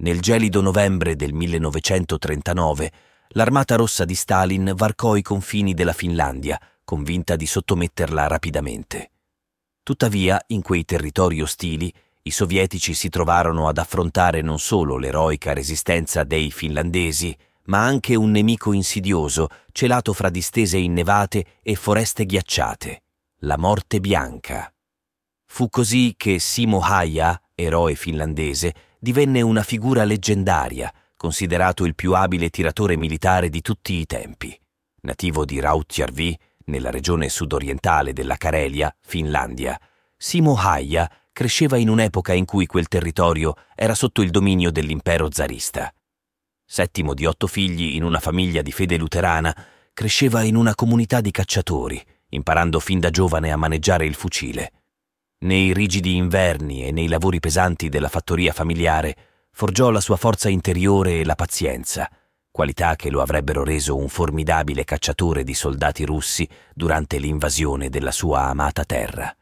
Nel gelido novembre del 1939, l'Armata Rossa di Stalin varcò i confini della Finlandia, convinta di sottometterla rapidamente. Tuttavia, in quei territori ostili, i sovietici si trovarono ad affrontare non solo l'eroica resistenza dei finlandesi, ma anche un nemico insidioso, celato fra distese innevate e foreste ghiacciate, la morte bianca. Fu così che Simo Häyhä, eroe finlandese, divenne una figura leggendaria, considerato il più abile tiratore militare di tutti i tempi. Nativo di Rautjärvi, nella regione sudorientale della Carelia, Finlandia, Simo Häyhä cresceva in un'epoca in cui quel territorio era sotto il dominio dell'impero zarista. Settimo di 8 figli in una famiglia di fede luterana, cresceva in una comunità di cacciatori, imparando fin da giovane a maneggiare il fucile. Nei rigidi inverni e nei lavori pesanti della fattoria familiare forgiò la sua forza interiore e la pazienza, qualità che lo avrebbero reso un formidabile cacciatore di soldati russi durante l'invasione della sua amata terra.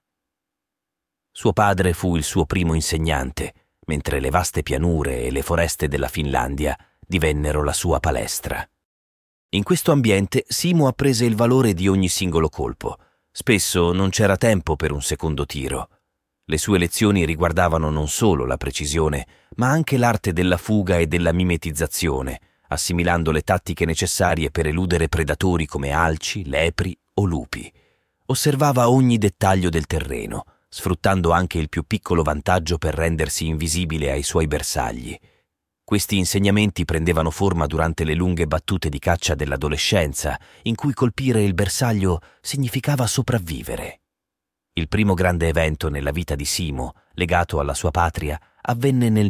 Suo padre fu il suo primo insegnante, mentre le vaste pianure e le foreste della Finlandia divennero la sua palestra. In questo ambiente Simo apprese il valore di ogni singolo colpo. Spesso non c'era tempo per un secondo tiro. Le sue lezioni riguardavano non solo la precisione, ma anche l'arte della fuga e della mimetizzazione, assimilando le tattiche necessarie per eludere predatori come alci, lepri o lupi. Osservava ogni dettaglio del terreno, sfruttando anche il più piccolo vantaggio per rendersi invisibile ai suoi bersagli. Questi insegnamenti prendevano forma durante le lunghe battute di caccia dell'adolescenza, in cui colpire il bersaglio significava sopravvivere. Il primo grande evento nella vita di Simo, legato alla sua patria, avvenne nel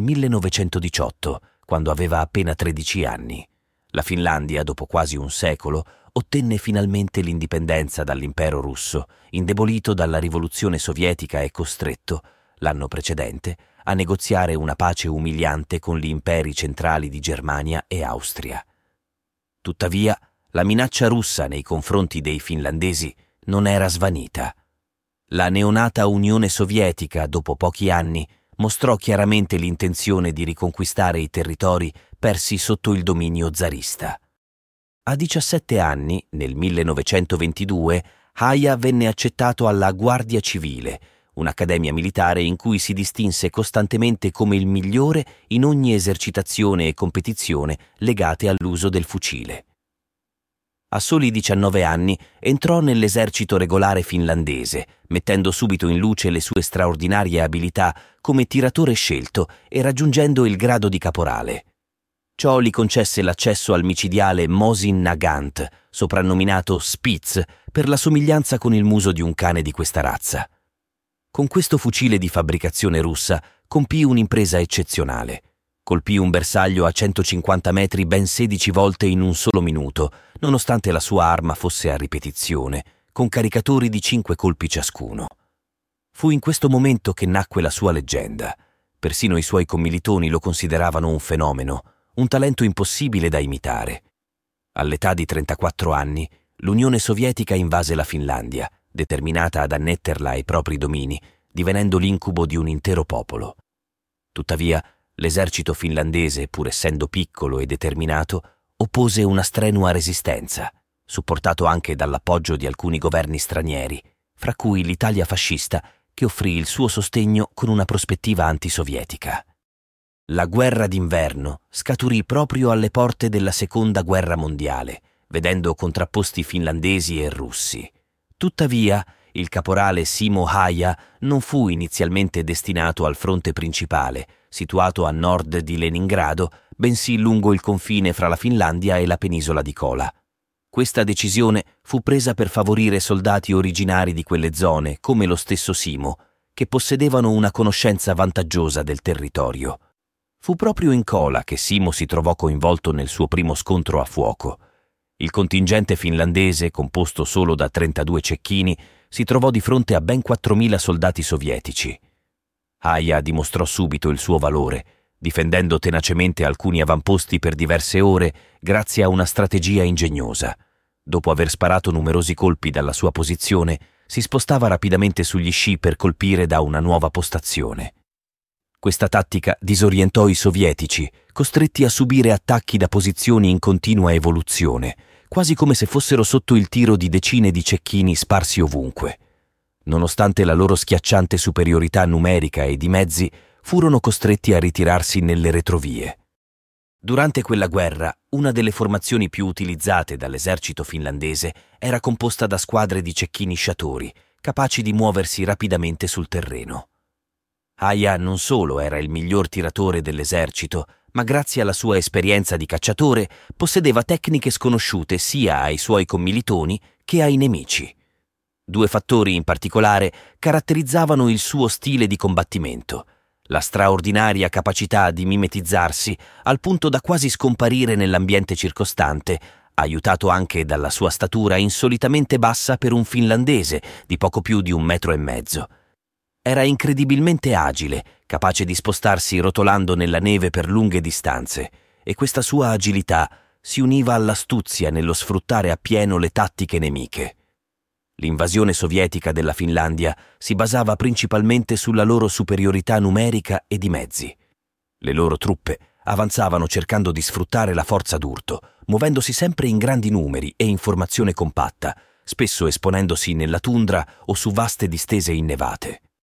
1918, quando aveva appena 13 anni. La Finlandia, dopo quasi un secolo, ottenne finalmente l'indipendenza dall'impero russo, indebolito dalla rivoluzione sovietica e costretto, l'anno precedente, a negoziare una pace umiliante con gli imperi centrali di Germania e Austria. Tuttavia, la minaccia russa nei confronti dei finlandesi non era svanita. La neonata Unione Sovietica, dopo pochi anni, mostrò chiaramente l'intenzione di riconquistare i territori persi sotto il dominio zarista. A 17 anni, nel 1922, Häyhä venne accettato alla Guardia Civile, un'accademia militare in cui si distinse costantemente come il migliore in ogni esercitazione e competizione legate all'uso del fucile. A soli 19 anni entrò nell'esercito regolare finlandese, mettendo subito in luce le sue straordinarie abilità come tiratore scelto e raggiungendo il grado di caporale. Ciò gli concesse l'accesso al micidiale Mosin Nagant, soprannominato Spitz per la somiglianza con il muso di un cane di questa razza. Con questo fucile di fabbricazione russa compì un'impresa eccezionale. Colpì un bersaglio a 150 metri ben 16 volte in un solo minuto, nonostante la sua arma fosse a ripetizione, con caricatori di 5 colpi ciascuno. Fu in questo momento che nacque la sua leggenda. Persino i suoi commilitoni lo consideravano un fenomeno, un talento impossibile da imitare. All'età di 34 anni, l'Unione Sovietica invase la Finlandia, determinata ad annetterla ai propri domini, divenendo l'incubo di un intero popolo. Tuttavia, l'esercito finlandese, pur essendo piccolo e determinato, oppose una strenua resistenza, supportato anche dall'appoggio di alcuni governi stranieri, fra cui l'Italia fascista, che offrì il suo sostegno con una prospettiva antisovietica. La guerra d'inverno scaturì proprio alle porte della Seconda Guerra Mondiale, vedendo contrapposti finlandesi e russi. Tuttavia, il caporale Simo Häyhä non fu inizialmente destinato al fronte principale, situato a nord di Leningrado, bensì lungo il confine fra la Finlandia e la penisola di Kola. Questa decisione fu presa per favorire soldati originari di quelle zone, come lo stesso Simo, che possedevano una conoscenza vantaggiosa del territorio. Fu proprio in Kola che Simo si trovò coinvolto nel suo primo scontro a fuoco. Il contingente finlandese, composto solo da 32 cecchini, si trovò di fronte a ben 4.000 soldati sovietici. Häyhä dimostrò subito il suo valore, difendendo tenacemente alcuni avamposti per diverse ore grazie a una strategia ingegnosa. Dopo aver sparato numerosi colpi dalla sua posizione, si spostava rapidamente sugli sci per colpire da una nuova postazione. Questa tattica disorientò i sovietici, costretti a subire attacchi da posizioni in continua evoluzione, quasi come se fossero sotto il tiro di decine di cecchini sparsi ovunque. Nonostante la loro schiacciante superiorità numerica e di mezzi, furono costretti a ritirarsi nelle retrovie. Durante quella guerra, una delle formazioni più utilizzate dall'esercito finlandese era composta da squadre di cecchini sciatori, capaci di muoversi rapidamente sul terreno. Haja non solo era il miglior tiratore dell'esercito, ma grazie alla sua esperienza di cacciatore possedeva tecniche sconosciute sia ai suoi commilitoni che ai nemici. 2 fattori in particolare caratterizzavano il suo stile di combattimento: la straordinaria capacità di mimetizzarsi al punto da quasi scomparire nell'ambiente circostante, aiutato anche dalla sua statura insolitamente bassa per un finlandese di poco più di 1,5 metri. Era incredibilmente agile, capace di spostarsi rotolando nella neve per lunghe distanze, e questa sua agilità si univa all'astuzia nello sfruttare appieno le tattiche nemiche. L'invasione sovietica della Finlandia si basava principalmente sulla loro superiorità numerica e di mezzi. Le loro truppe avanzavano cercando di sfruttare la forza d'urto, muovendosi sempre in grandi numeri e in formazione compatta, spesso esponendosi nella tundra o su vaste distese innevate.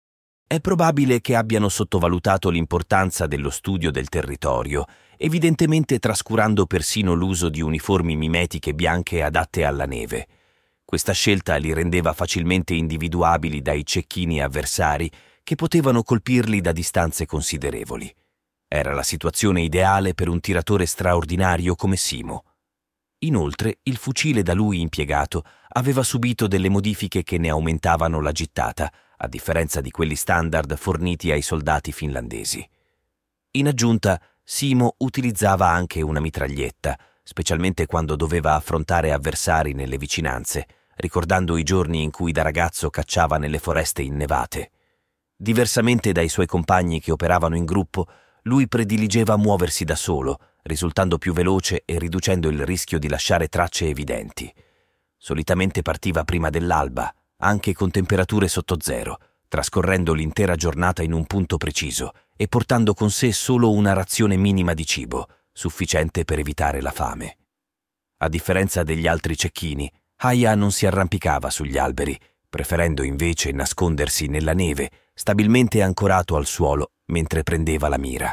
È probabile che abbiano sottovalutato l'importanza dello studio del territorio, evidentemente trascurando persino l'uso di uniformi mimetiche bianche adatte alla neve. Questa scelta li rendeva facilmente individuabili dai cecchini avversari che potevano colpirli da distanze considerevoli. Era la situazione ideale per un tiratore straordinario come Simo. Inoltre, il fucile da lui impiegato aveva subito delle modifiche che ne aumentavano la gittata, a differenza di quelli standard forniti ai soldati finlandesi. In aggiunta, Simo utilizzava anche una mitraglietta, specialmente quando doveva affrontare avversari nelle vicinanze, ricordando i giorni in cui da ragazzo cacciava nelle foreste innevate. Diversamente dai suoi compagni che operavano in gruppo, lui prediligeva muoversi da solo, risultando più veloce e riducendo il rischio di lasciare tracce evidenti. Solitamente partiva prima dell'alba, anche con temperature sotto zero, trascorrendo l'intera giornata in un punto preciso e portando con sé solo una razione minima di cibo, sufficiente per evitare la fame. A differenza degli altri cecchini, Haja non si arrampicava sugli alberi, preferendo invece nascondersi nella neve, stabilmente ancorato al suolo mentre prendeva la mira.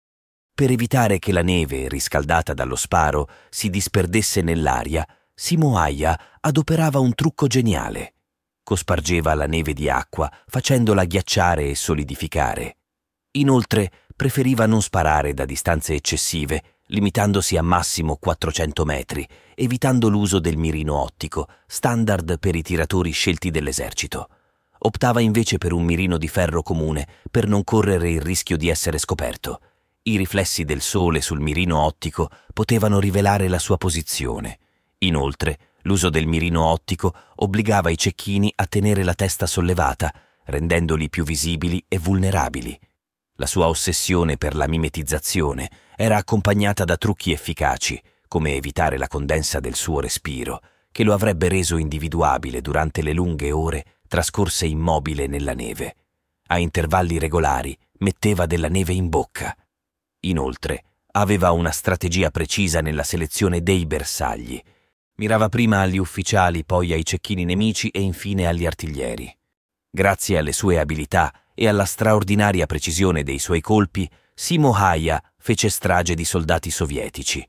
Per evitare che la neve, riscaldata dallo sparo, si disperdesse nell'aria, Simo Haja adoperava un trucco geniale. Cospargeva la neve di acqua, facendola ghiacciare e solidificare. Inoltre, preferiva non sparare da distanze eccessive, limitandosi a massimo 400 metri, evitando l'uso del mirino ottico, standard per i tiratori scelti dell'esercito. Optava invece per un mirino di ferro comune per non correre il rischio di essere scoperto. I riflessi del sole sul mirino ottico potevano rivelare la sua posizione. Inoltre, l'uso del mirino ottico obbligava i cecchini a tenere la testa sollevata, rendendoli più visibili e vulnerabili. La sua ossessione per la mimetizzazione era accompagnata da trucchi efficaci, come evitare la condensa del suo respiro, che lo avrebbe reso individuabile durante le lunghe ore trascorse immobile nella neve. A intervalli regolari metteva della neve in bocca. Inoltre, aveva una strategia precisa nella selezione dei bersagli. Mirava prima agli ufficiali, poi ai cecchini nemici e infine agli artiglieri. Grazie alle sue abilità e alla straordinaria precisione dei suoi colpi, Simo Haja fece strage di soldati sovietici.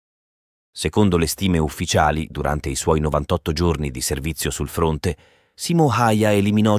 Secondo le stime ufficiali, durante i suoi 98 giorni di servizio sul fronte, Simo Haja eliminò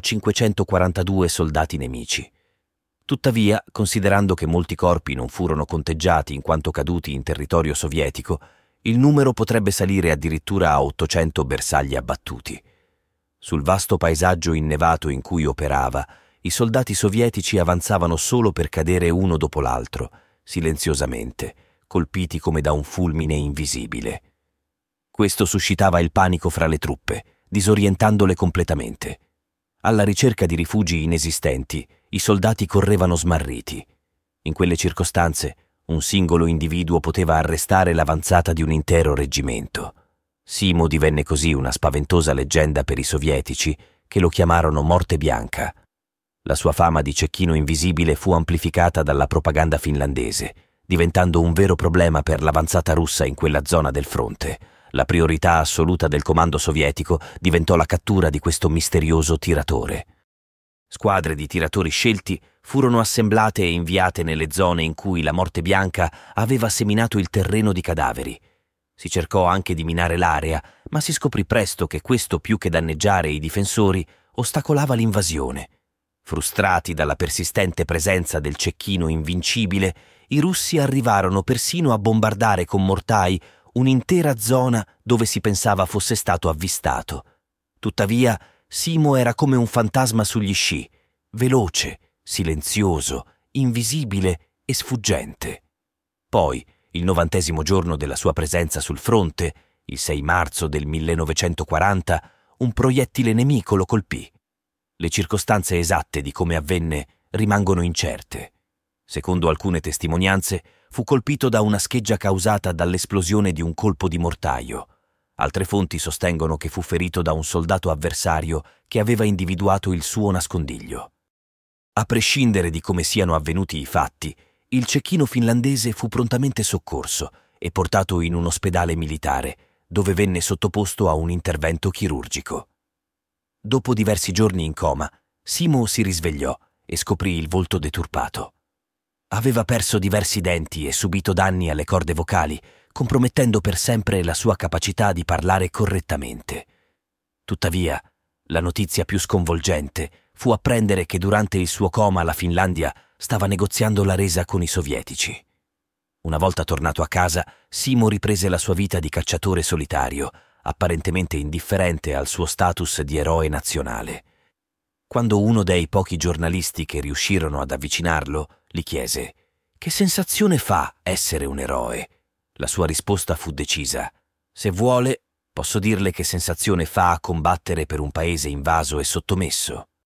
542 soldati nemici. Tuttavia, considerando che molti corpi non furono conteggiati in quanto caduti in territorio sovietico, il numero potrebbe salire addirittura a 800 bersagli abbattuti. Sul vasto paesaggio innevato in cui operava, i soldati sovietici avanzavano solo per cadere uno dopo l'altro, silenziosamente, colpiti come da un fulmine invisibile. Questo suscitava il panico fra le truppe, disorientandole completamente. Alla ricerca di rifugi inesistenti, i soldati correvano smarriti. In quelle circostanze, un singolo individuo poteva arrestare l'avanzata di un intero reggimento. Simo divenne così una spaventosa leggenda per i sovietici, che lo chiamarono Morte Bianca. La sua fama di cecchino invisibile fu amplificata dalla propaganda finlandese, diventando un vero problema per l'avanzata russa in quella zona del fronte. La priorità assoluta del comando sovietico diventò la cattura di questo misterioso tiratore. Squadre di tiratori scelti furono assemblate e inviate nelle zone in cui la Morte Bianca aveva seminato il terreno di cadaveri. Si cercò anche di minare l'area, ma si scoprì presto che questo, più che danneggiare i difensori, ostacolava l'invasione. Frustrati dalla persistente presenza del cecchino invincibile, i russi arrivarono persino a bombardare con mortai un'intera zona dove si pensava fosse stato avvistato. Tuttavia, Simo era come un fantasma sugli sci, veloce, silenzioso, invisibile e sfuggente. Poi, il 90° giorno della sua presenza sul fronte, il 6 marzo del 1940, un proiettile nemico lo colpì. Le circostanze esatte di come avvenne rimangono incerte. Secondo alcune testimonianze, fu colpito da una scheggia causata dall'esplosione di un colpo di mortaio. Altre fonti sostengono che fu ferito da un soldato avversario che aveva individuato il suo nascondiglio. A prescindere di come siano avvenuti i fatti, il cecchino finlandese fu prontamente soccorso e portato in un ospedale militare, dove venne sottoposto a un intervento chirurgico. Dopo diversi giorni in coma, Simo si risvegliò e scoprì il volto deturpato. Aveva perso diversi denti e subito danni alle corde vocali, compromettendo per sempre la sua capacità di parlare correttamente. Tuttavia, la notizia più sconvolgente fu apprendere che durante il suo coma la Finlandia stava negoziando la resa con i sovietici. Una volta tornato a casa, Simo riprese la sua vita di cacciatore solitario, apparentemente indifferente al suo status di eroe nazionale. Quando uno dei pochi giornalisti che riuscirono ad avvicinarlo gli chiese: «Che sensazione fa essere un eroe?» La sua risposta fu decisa: «Se vuole, posso dirle che sensazione fa combattere per un paese invaso e sottomesso».